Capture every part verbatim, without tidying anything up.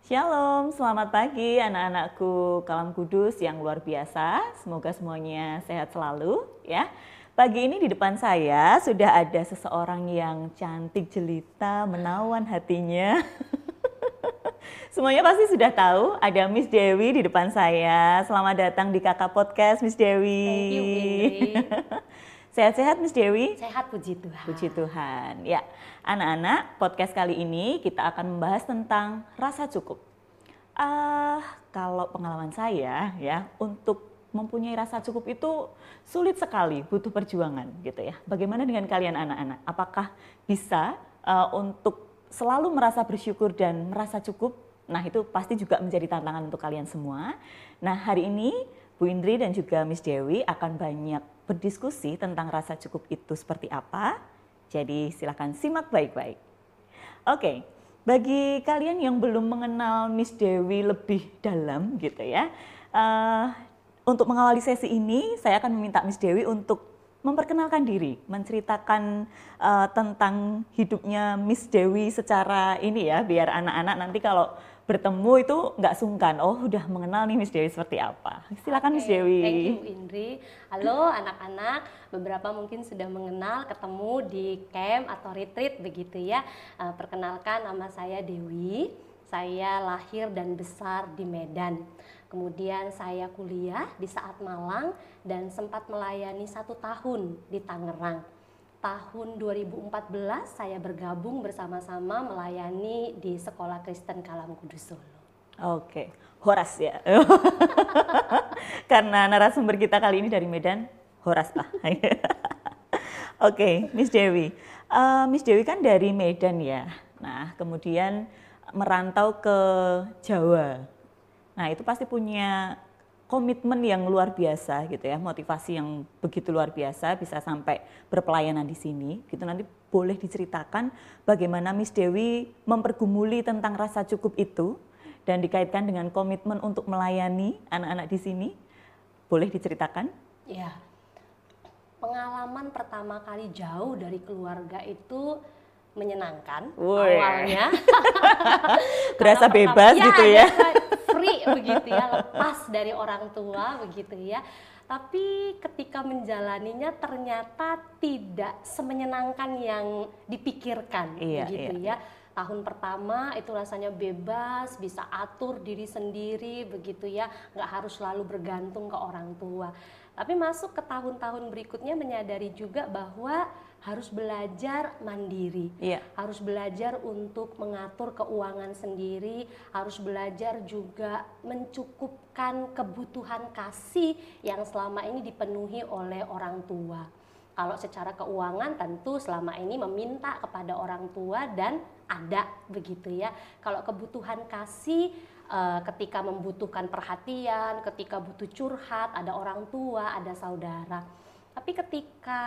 Shalom, selamat pagi anak-anakku Kalam Kudus yang luar biasa. Semoga semuanya sehat selalu ya. Pagi ini di depan saya sudah ada seseorang yang cantik jelita, menawan hatinya. Semuanya pasti sudah tahu, ada Miss Dewi di depan saya. Selamat datang di Kakak Podcast, Miss Dewi. Thank you, Indri. Sehat-sehat, Miss Dewi? Sehat, puji Tuhan. Puji Tuhan. Ya, anak-anak, podcast kali ini kita akan membahas tentang rasa cukup. Uh, kalau pengalaman saya, ya, untuk mempunyai rasa cukup itu sulit sekali, butuh perjuangan, gitu ya. Bagaimana dengan kalian anak-anak? Apakah bisa uh, untuk selalu merasa bersyukur dan merasa cukup? Nah, itu pasti juga menjadi tantangan untuk kalian semua. Nah, hari ini Bu Indri dan juga Miss Dewi akan banyak berdiskusi tentang rasa cukup itu seperti apa. Jadi silakan simak baik-baik. Oke, bagi kalian yang belum mengenal Miss Dewi lebih dalam gitu ya, uh, untuk mengawali sesi ini saya akan meminta Miss Dewi untuk memperkenalkan diri, menceritakan uh, tentang hidupnya Miss Dewi secara ini ya, biar anak-anak nanti kalau bertemu itu nggak sungkan, oh udah mengenal nih Miss Dewi seperti apa. Silakan okay, Miss Dewi. Thank you Indri. Halo anak-anak, beberapa mungkin sudah mengenal, ketemu di camp atau retreat begitu ya. Uh, perkenalkan, nama saya Dewi, saya lahir dan besar di Medan. Kemudian saya kuliah di Saat Malang dan sempat melayani satu tahun di Tangerang. Tahun dua ribu empat belas saya bergabung bersama-sama melayani di Sekolah Kristen Kalam Kudus Solo. Oke, Horas ya. Karena narasumber kita kali ini dari Medan, Horas lah. Oke, Miss Dewi. Uh, Miss Dewi kan dari Medan ya. Nah, kemudian merantau ke Jawa. Nah, itu pasti punya komitmen yang luar biasa gitu ya, motivasi yang begitu luar biasa bisa sampai berpelayanan di sini. Gitu nanti boleh diceritakan bagaimana Miss Dewi mempergumuli tentang rasa cukup itu dan dikaitkan dengan komitmen untuk melayani anak-anak di sini. Boleh diceritakan? Ya. Pengalaman pertama kali jauh dari keluarga itu menyenangkan. Woy. Awalnya. Berasa bebas pertama, gitu ya. ya. Free begitu ya, lepas dari orang tua begitu ya. Tapi ketika menjalaninya ternyata tidak semenyenangkan yang dipikirkan iya, begitu iya. ya. Tahun pertama itu rasanya bebas, bisa atur diri sendiri begitu ya, nggak harus selalu bergantung ke orang tua. Tapi masuk ke tahun-tahun berikutnya menyadari juga bahwa harus belajar mandiri, iya. harus belajar untuk mengatur keuangan sendiri, harus belajar juga mencukupkan kebutuhan kasih yang selama ini dipenuhi oleh orang tua. Kalau secara keuangan tentu selama ini meminta kepada orang tua dan ada begitu ya. Kalau kebutuhan kasih uh, ketika membutuhkan perhatian, ketika butuh curhat, ada orang tua, ada saudara. Tapi ketika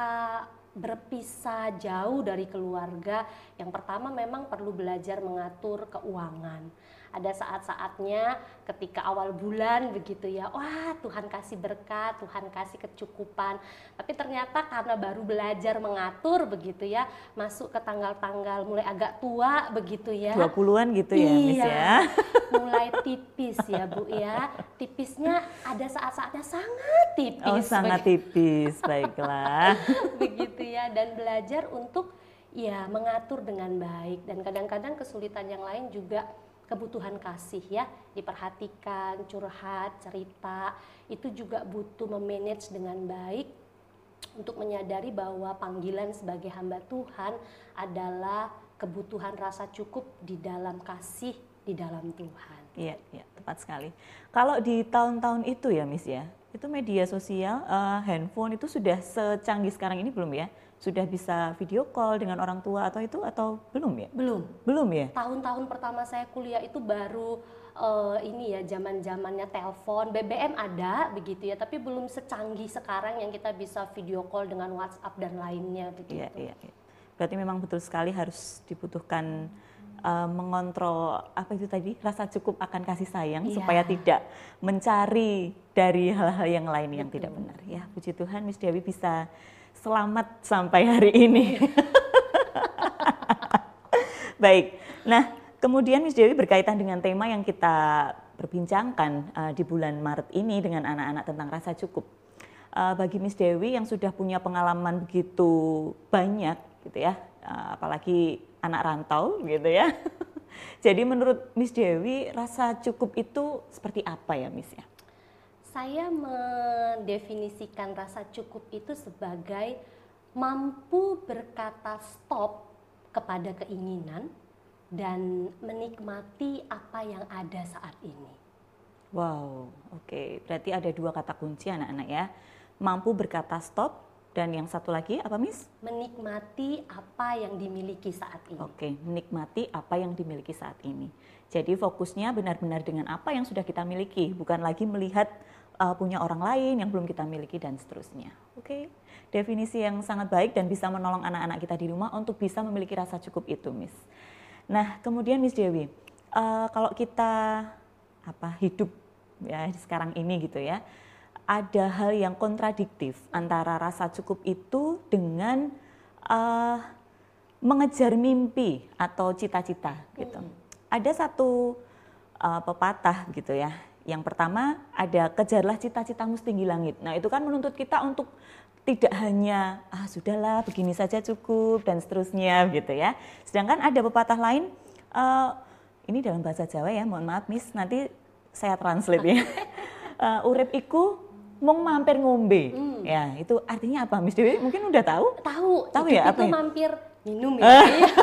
berpisah jauh dari keluarga, yang pertama memang perlu belajar mengatur keuangan. Ada saat-saatnya ketika awal bulan begitu ya, wah Tuhan kasih berkat, Tuhan kasih kecukupan. Tapi ternyata karena baru belajar mengatur begitu ya, masuk ke tanggal-tanggal mulai agak tua begitu ya. dua puluhan gitu ya, iya, Miss ya. Mulai tipis ya Bu ya. Tipisnya ada saat-saatnya sangat tipis. Oh sangat tipis, baiklah. Begitu ya, dan belajar untuk ya mengatur dengan baik. Dan kadang-kadang kesulitan yang lain juga kebutuhan kasih ya, diperhatikan, curhat, cerita, itu juga butuh memanage dengan baik untuk menyadari bahwa panggilan sebagai hamba Tuhan adalah kebutuhan rasa cukup di dalam kasih, di dalam Tuhan. Iya, iya, tepat sekali. Kalau di tahun-tahun itu ya Miss ya, itu media sosial, uh, handphone itu sudah secanggih sekarang ini belum ya? Sudah bisa video call dengan orang tua atau itu atau belum ya? Belum. Belum ya? Tahun-tahun pertama saya kuliah itu baru uh, ini ya, zaman-zamannya telepon, B B M ada begitu ya, tapi belum secanggih sekarang yang kita bisa video call dengan WhatsApp dan lainnya begitu. Iya, iya, iya. Berarti memang betul sekali harus dibutuhkan uh, mengontrol apa itu tadi, rasa cukup akan kasih sayang iya. supaya tidak mencari dari hal-hal yang lain yang betul. Tidak benar ya. Puji Tuhan Miss Dewi bisa selamat sampai hari ini. Baik, nah kemudian Miss Dewi berkaitan dengan tema yang kita perbincangkan uh, di bulan Maret ini dengan anak-anak tentang rasa cukup. Uh, bagi Miss Dewi yang sudah punya pengalaman begitu banyak gitu ya, uh, apalagi anak rantau gitu ya. Jadi menurut Miss Dewi rasa cukup itu seperti apa ya Miss ya? Saya mendefinisikan rasa cukup itu sebagai mampu berkata stop kepada keinginan dan menikmati apa yang ada saat ini. Wow, oke. Okay. Berarti ada dua kata kunci anak-anak ya. Mampu berkata stop dan yang satu lagi apa Miss? Menikmati apa yang dimiliki saat ini. Oke, okay. Menikmati apa yang dimiliki saat ini. Jadi fokusnya benar-benar dengan apa yang sudah kita miliki, bukan lagi melihat uh, punya orang lain yang belum kita miliki dan seterusnya. Oke, okay. Definisi yang sangat baik dan bisa menolong anak-anak kita di rumah untuk bisa memiliki rasa cukup itu, Miss. Nah, kemudian Miss Dewi, uh, kalau kita apa hidup ya sekarang ini gitu ya, ada hal yang kontradiktif antara rasa cukup itu dengan uh, mengejar mimpi atau cita-cita gitu. Hmm. Ada satu uh, pepatah gitu ya. Yang pertama ada kejarlah cita-citamu setinggi langit. Nah itu kan menuntut kita untuk tidak hanya ah sudahlah begini saja cukup dan seterusnya gitu ya. Sedangkan ada pepatah lain, uh, ini dalam bahasa Jawa ya, mohon maaf Miss, nanti saya translate ya. uh, urip iku mung mampir ngombe. Hmm. Ya, itu artinya apa Miss Dewi? Mungkin udah tahu? Tahu. Tahu ya apa? Itu mampir minum ya.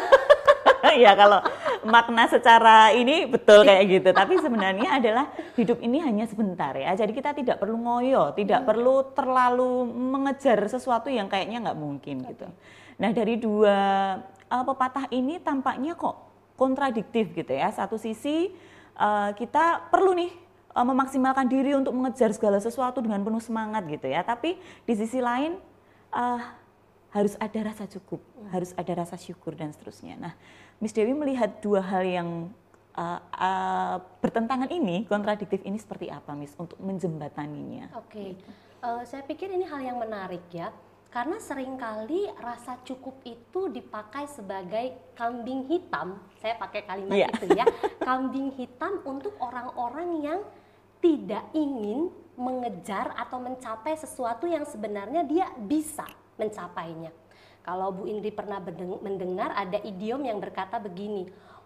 Ya kalau makna secara ini betul kayak gitu, tapi sebenarnya adalah hidup ini hanya sebentar ya, jadi kita tidak perlu ngoyo, tidak hmm. perlu terlalu mengejar sesuatu yang kayaknya nggak mungkin okay. gitu. Nah dari dua uh, pepatah ini tampaknya kok kontradiktif gitu ya, satu sisi uh, kita perlu nih uh, memaksimalkan diri untuk mengejar segala sesuatu dengan penuh semangat gitu ya, tapi di sisi lain uh, harus ada rasa cukup, hmm. harus ada rasa syukur dan seterusnya. Nah, Miss Dewi melihat dua hal yang uh, uh, bertentangan ini, kontradiktif ini seperti apa Miss untuk menjembataninya? Oke, okay. uh, saya pikir ini hal yang menarik ya, karena seringkali rasa cukup itu dipakai sebagai kambing hitam, saya pakai kalimat yeah. itu ya, kambing hitam untuk orang-orang yang tidak ingin mengejar atau mencapai sesuatu yang sebenarnya dia bisa mencapainya. Kalau Bu Indri pernah mendengar ada idiom yang berkata begini,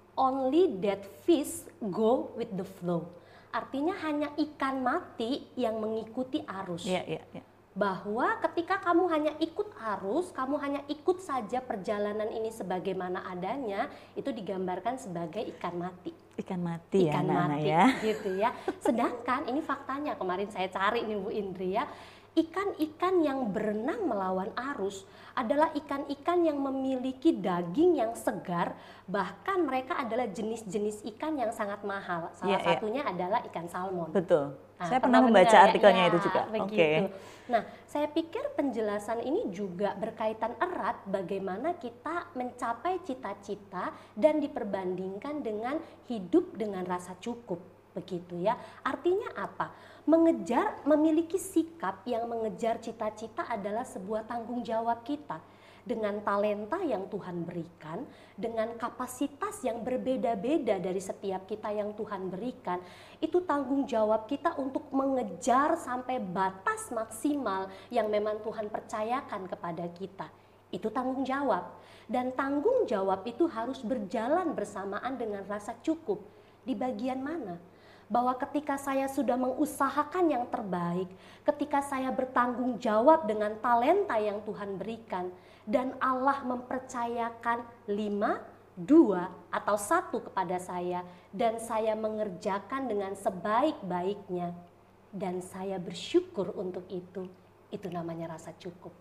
only that fish go with the flow. Artinya hanya ikan mati yang mengikuti arus. Yeah, yeah, yeah. Bahwa ketika kamu hanya ikut arus, kamu hanya ikut saja perjalanan ini sebagaimana adanya, itu digambarkan sebagai ikan mati. Ikan mati ikan ya, mati ya. gitu ya. Sedangkan ini faktanya kemarin saya cari nih Bu Indri ya. Ikan-ikan yang berenang melawan arus adalah ikan-ikan yang memiliki daging yang segar, bahkan mereka adalah jenis-jenis ikan yang sangat mahal. Salah yeah, satunya yeah. adalah ikan salmon. Betul. Nah, saya pernah membaca artikelnya ya, itu juga. Oke. Okay. Nah, saya pikir penjelasan ini juga berkaitan erat bagaimana kita mencapai cita-cita dan diperbandingkan dengan hidup dengan rasa cukup. Begitu ya. Artinya apa? Mengejar, memiliki sikap yang mengejar cita-cita adalah sebuah tanggung jawab kita. Dengan talenta yang Tuhan berikan, dengan kapasitas yang berbeda-beda dari setiap kita yang Tuhan berikan, itu tanggung jawab kita untuk mengejar sampai batas maksimal yang memang Tuhan percayakan kepada kita. Itu tanggung jawab. Dan tanggung jawab itu harus berjalan bersamaan dengan rasa cukup. Di bagian mana? Bahwa ketika saya sudah mengusahakan yang terbaik, ketika saya bertanggung jawab dengan talenta yang Tuhan berikan, dan Allah mempercayakan lima, dua, atau satu kepada saya, dan saya mengerjakan dengan sebaik-baiknya, dan saya bersyukur untuk itu, itu namanya rasa cukup.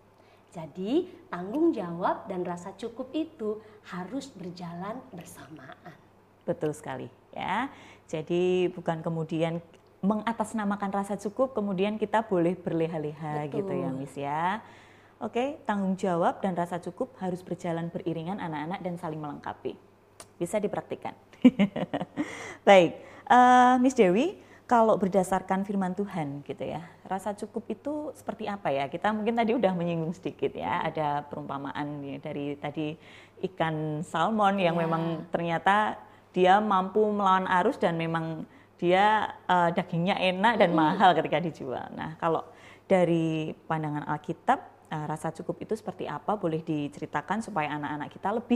Jadi tanggung jawab dan rasa cukup itu harus berjalan bersamaan. Betul sekali ya. Jadi bukan kemudian mengatasnamakan rasa cukup kemudian kita boleh berleha-leha gitu ya Miss ya. Oke, tanggung jawab dan rasa cukup harus berjalan beriringan anak-anak dan saling melengkapi. Bisa dipraktikkan. Baik, uh, Miss Dewi, kalau berdasarkan firman Tuhan gitu ya, rasa cukup itu seperti apa ya? Kita mungkin tadi udah menyinggung sedikit ya, ada perumpamaan ya, dari tadi ikan salmon yang yeah. memang ternyata dia mampu melawan arus dan memang dia uh, dagingnya enak dan mm-hmm. mahal ketika dijual. Nah, kalau dari pandangan Alkitab, uh, rasa cukup itu seperti apa? Boleh diceritakan supaya anak-anak kita lebih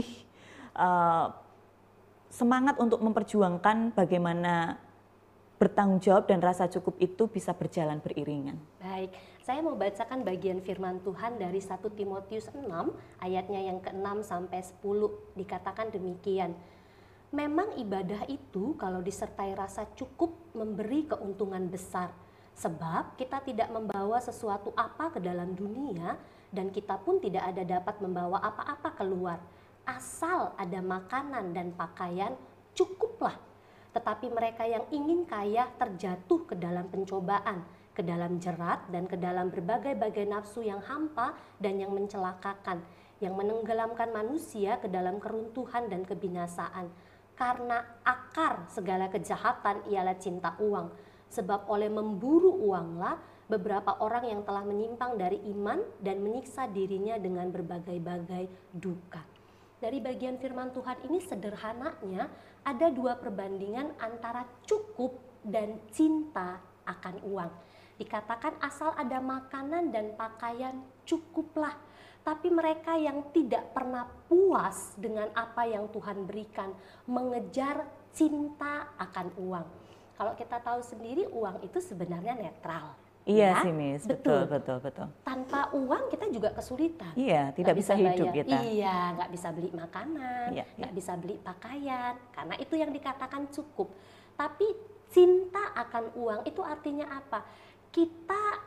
uh, semangat untuk memperjuangkan bagaimana bertanggung jawab dan rasa cukup itu bisa berjalan beriringan. Baik, saya mau bacakan bagian firman Tuhan dari satu Timotius enam ayatnya yang keenam sampai sepuluh. Dikatakan demikian. Memang ibadah itu kalau disertai rasa cukup memberi keuntungan besar. Sebab kita tidak membawa sesuatu apa ke dalam dunia dan kita pun tidak ada dapat membawa apa-apa keluar. Asal ada makanan dan pakaian cukuplah. Tetapi mereka yang ingin kaya terjatuh ke dalam pencobaan, ke dalam jerat dan ke dalam berbagai-bagai nafsu yang hampa dan yang mencelakakan, yang menenggelamkan manusia ke dalam keruntuhan dan kebinasaan. Karena akar segala kejahatan ialah cinta uang. Sebab oleh memburu uanglah beberapa orang yang telah menyimpang dari iman dan menyiksa dirinya dengan berbagai-bagai duka. Dari bagian firman Tuhan ini sederhananya ada dua perbandingan antara cukup dan cinta akan uang. Dikatakan asal ada makanan dan pakaian cukuplah. Tapi mereka yang tidak pernah puas dengan apa yang Tuhan berikan, mengejar cinta akan uang. Kalau kita tahu sendiri uang itu sebenarnya netral. Iya ya? sih Miss, betul, betul, betul. Tanpa uang kita juga kesulitan. Iya, tidak bisa, bisa hidup kita. Iya, nggak bisa beli makanan, iya, nggak iya. bisa beli pakaian, karena itu yang dikatakan cukup. Tapi cinta akan uang itu artinya apa? Kita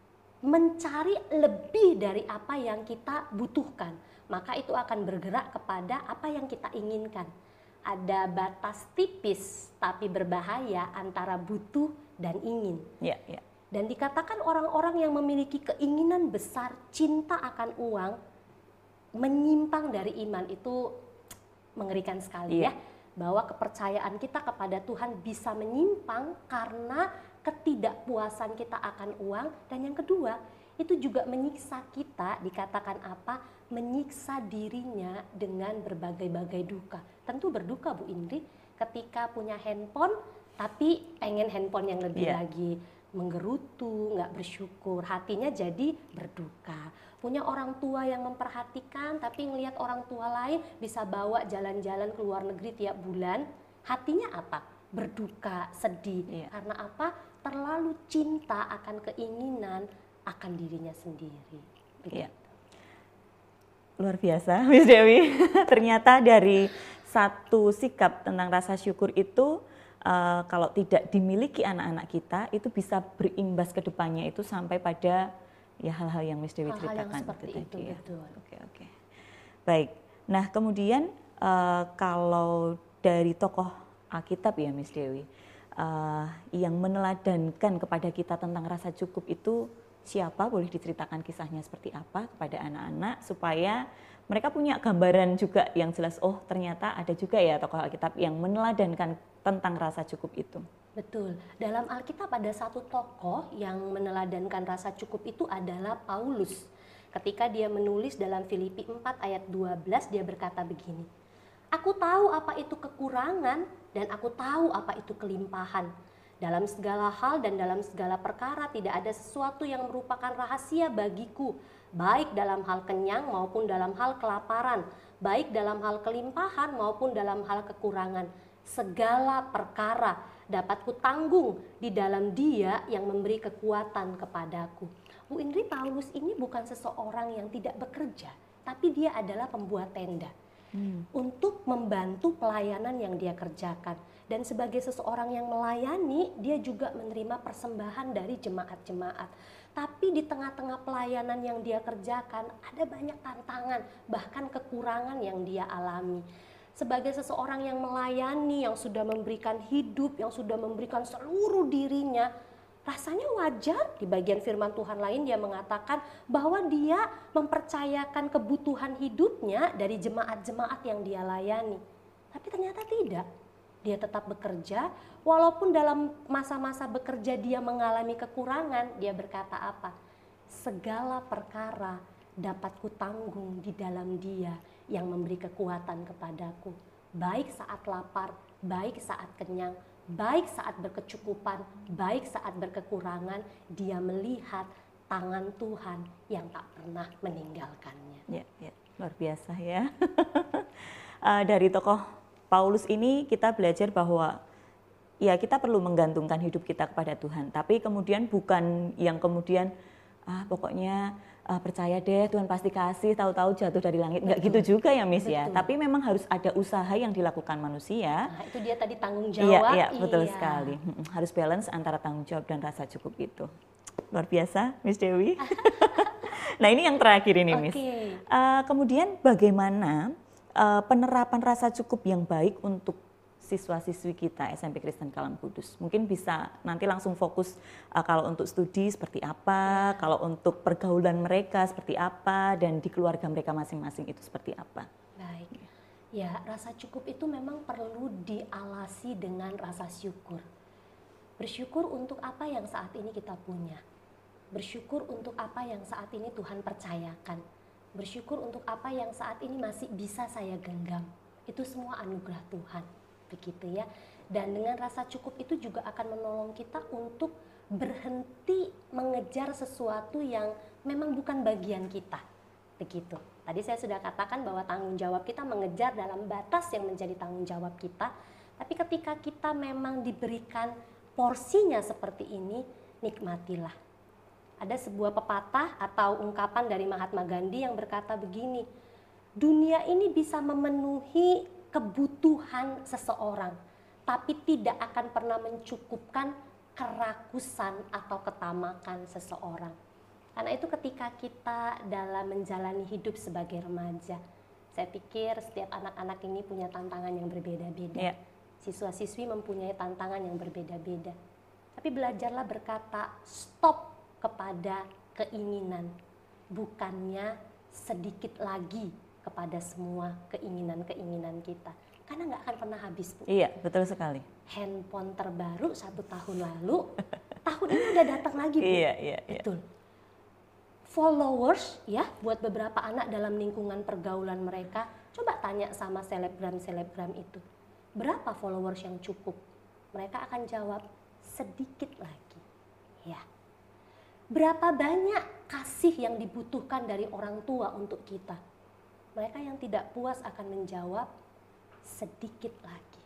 mencari lebih dari apa yang kita butuhkan, maka itu akan bergerak kepada apa yang kita inginkan. Ada batas tipis tapi berbahaya antara butuh dan ingin. Iya, iya. Dan dikatakan orang-orang yang memiliki keinginan besar, cinta akan uang, menyimpang dari iman. Itu mengerikan sekali iya. ya. Bahwa kepercayaan kita kepada Tuhan bisa menyimpang karena ketidakpuasan kita akan uang. Dan yang kedua, itu juga menyiksa kita, dikatakan apa? Menyiksa dirinya dengan berbagai-bagai duka. Tentu berduka Bu Indri ketika punya handphone, tapi pengen handphone yang lebih yeah. lagi. Menggerutu, nggak bersyukur, hatinya jadi berduka. Punya orang tua yang memperhatikan, tapi ngelihat orang tua lain bisa bawa jalan-jalan ke luar negeri tiap bulan, hatinya apa? Berduka, sedih. Iya. Karena apa? Terlalu cinta akan keinginan akan dirinya sendiri. Iya. Luar biasa, Miss Dewi. Ternyata dari satu sikap tentang rasa syukur itu, Uh, kalau tidak dimiliki anak-anak kita itu bisa berimbas ke depannya itu sampai pada ya hal-hal yang Miss Dewi hal-hal ceritakan yang seperti itu, itu tadi, ya. betul. Oke oke. Baik. Nah kemudian uh, kalau dari tokoh Alkitab ya Miss Dewi uh, yang meneladankan kepada kita tentang rasa cukup itu siapa? Boleh diceritakan kisahnya seperti apa kepada anak-anak supaya mereka punya gambaran juga yang jelas, oh ternyata ada juga ya tokoh Alkitab yang meneladankan tentang rasa cukup itu. Betul, dalam Alkitab ada satu tokoh yang meneladankan rasa cukup itu adalah Paulus. Ketika dia menulis dalam Filipi empat ayat dua belas dia berkata begini, aku tahu apa itu kekurangan dan aku tahu apa itu kelimpahan. Dalam segala hal dan dalam segala perkara tidak ada sesuatu yang merupakan rahasia bagiku, baik dalam hal kenyang maupun dalam hal kelaparan, baik dalam hal kelimpahan maupun dalam hal kekurangan. Segala perkara dapat kutanggung di dalam Dia yang memberi kekuatan kepadaku. Bu Indri, Paulus ini bukan seseorang yang tidak bekerja, tapi dia adalah pembuat tenda. Hmm. Untuk membantu pelayanan yang dia kerjakan. Dan sebagai seseorang yang melayani, dia juga menerima persembahan dari jemaat-jemaat. Tapi di tengah-tengah pelayanan yang dia kerjakan, ada banyak tantangan, bahkan kekurangan yang dia alami. Sebagai seseorang yang melayani, yang sudah memberikan hidup, yang sudah memberikan seluruh dirinya, rasanya wajar. Di bagian firman Tuhan lain dia mengatakan bahwa dia mempercayakan kebutuhan hidupnya dari jemaat-jemaat yang dia layani. Tapi ternyata tidak. Dia tetap bekerja, walaupun dalam masa-masa bekerja dia mengalami kekurangan, dia berkata apa? Segala perkara dapat kutanggung di dalam Dia yang memberi kekuatan kepadaku, baik saat lapar baik saat kenyang, baik saat berkecukupan, baik saat berkekurangan, dia melihat tangan Tuhan yang tak pernah meninggalkannya. Ya, ya, luar biasa ya. uh, dari tokoh Paulus ini kita belajar bahwa ya kita perlu menggantungkan hidup kita kepada Tuhan. Tapi kemudian bukan yang kemudian ah pokoknya uh, percaya deh Tuhan pasti kasih, tahu-tahu jatuh dari langit. Enggak gitu juga ya Miss. Betul. Ya. Tapi memang harus ada usaha yang dilakukan manusia. Nah, itu dia tadi tanggung Iya, jawab. iya, betul iya. sekali. Harus balance antara tanggung jawab dan rasa cukup itu. Luar biasa, Miss Dewi. Nah, ini yang terakhir ini, Miss. Okay. Uh, kemudian bagaimana uh, penerapan rasa cukup yang baik untuk siswa-siswi kita S M P Kristen Kalam Kudus? Mungkin bisa nanti langsung fokus uh, kalau untuk studi seperti apa, kalau untuk pergaulan mereka seperti apa, dan di keluarga mereka masing-masing itu seperti apa. Baik. Ya, rasa cukup itu memang perlu dialasi dengan rasa syukur. Bersyukur untuk apa yang saat ini kita punya. Bersyukur untuk apa yang saat ini Tuhan percayakan. Bersyukur untuk apa yang saat ini masih bisa saya genggam. Itu semua anugerah Tuhan. Begitu ya. Dan dengan rasa cukup itu juga akan menolong kita untuk berhenti mengejar sesuatu yang memang bukan bagian kita. Begitu. Tadi saya sudah katakan bahwa tanggung jawab kita mengejar dalam batas yang menjadi tanggung jawab kita. Tapi ketika kita memang diberikan porsinya seperti ini, nikmatilah. Ada sebuah pepatah atau ungkapan dari Mahatma Gandhi yang berkata begini, dunia ini bisa memenuhi kebutuhan seseorang, tapi tidak akan pernah mencukupkan kerakusan atau ketamakan seseorang. Karena itu ketika kita dalam menjalani hidup sebagai remaja, saya pikir setiap anak-anak ini punya tantangan yang berbeda-beda. Yeah. Siswa-siswi mempunyai tantangan yang berbeda-beda. Tapi belajarlah berkata stop kepada keinginan, bukannya sedikit lagi kepada semua keinginan-keinginan kita. Karena nggak akan pernah habis, Bu. Iya, betul sekali. Handphone terbaru satu tahun lalu, tahun ini udah datang lagi, Bu. Iya, iya, iya. Betul. Followers ya, buat beberapa anak dalam lingkungan pergaulan mereka, coba tanya sama selebgram-selebgram itu. Berapa followers yang cukup? Mereka akan jawab sedikit lagi. Ya. Berapa banyak kasih yang dibutuhkan dari orang tua untuk kita? Mereka yang tidak puas akan menjawab sedikit lagi.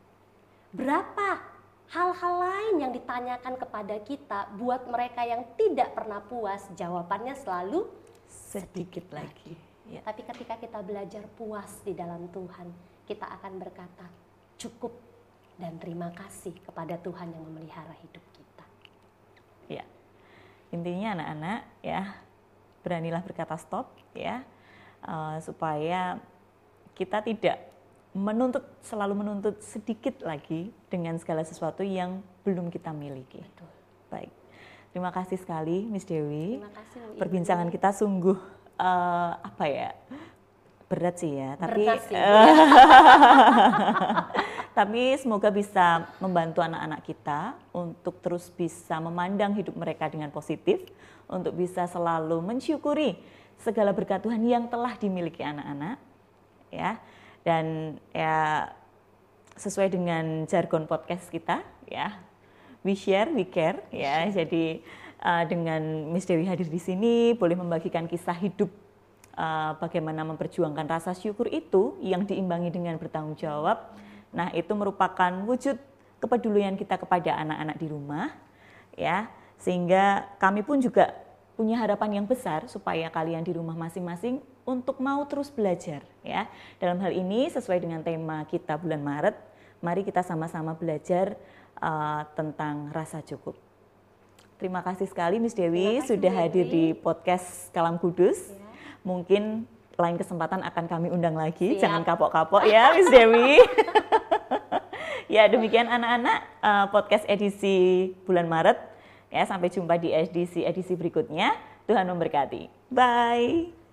Berapa hal-hal lain yang ditanyakan kepada kita buat mereka yang tidak pernah puas? Jawabannya selalu sedikit, sedikit lagi. lagi. Ya. Tapi ketika kita belajar puas di dalam Tuhan, kita akan berkata cukup dan terima kasih kepada Tuhan yang memelihara hidup kita. Ya, intinya anak-anak ya beranilah berkata stop ya, uh, supaya kita tidak menuntut selalu menuntut sedikit lagi dengan segala sesuatu yang belum kita miliki. Betul. Baik, terima kasih sekali Miss Dewi. Terima kasih Bu Ibu. Perbincangan kita sungguh uh, apa ya? Berat sih ya, tapi sih, uh, tapi semoga bisa membantu anak-anak kita untuk terus bisa memandang hidup mereka dengan positif, untuk bisa selalu mensyukuri segala berkat Tuhan yang telah dimiliki anak-anak, ya. Dan ya sesuai dengan jargon podcast kita, ya, we share, we care, ya. Jadi uh, dengan Miss Dewi hadir di sini, boleh membagikan kisah hidup. Uh, bagaimana memperjuangkan rasa syukur itu yang diimbangi dengan bertanggung jawab. Nah, itu merupakan wujud kepedulian kita kepada anak-anak di rumah, ya. Sehingga kami pun juga punya harapan yang besar supaya kalian di rumah masing-masing untuk mau terus belajar, ya. Dalam hal ini sesuai dengan tema kita bulan Maret, mari kita sama-sama belajar uh, tentang rasa cukup. Terima kasih sekali Miss Dewi kasih, sudah Dewi. hadir di podcast Kalam Kudus. Ya. Mungkin lain kesempatan akan kami undang lagi. Siap. Jangan kapok-kapok ya Miss Dewi. Ya demikian anak-anak uh, podcast edisi bulan Maret. Ya sampai jumpa di edisi edisi berikutnya. Tuhan memberkati. Bye.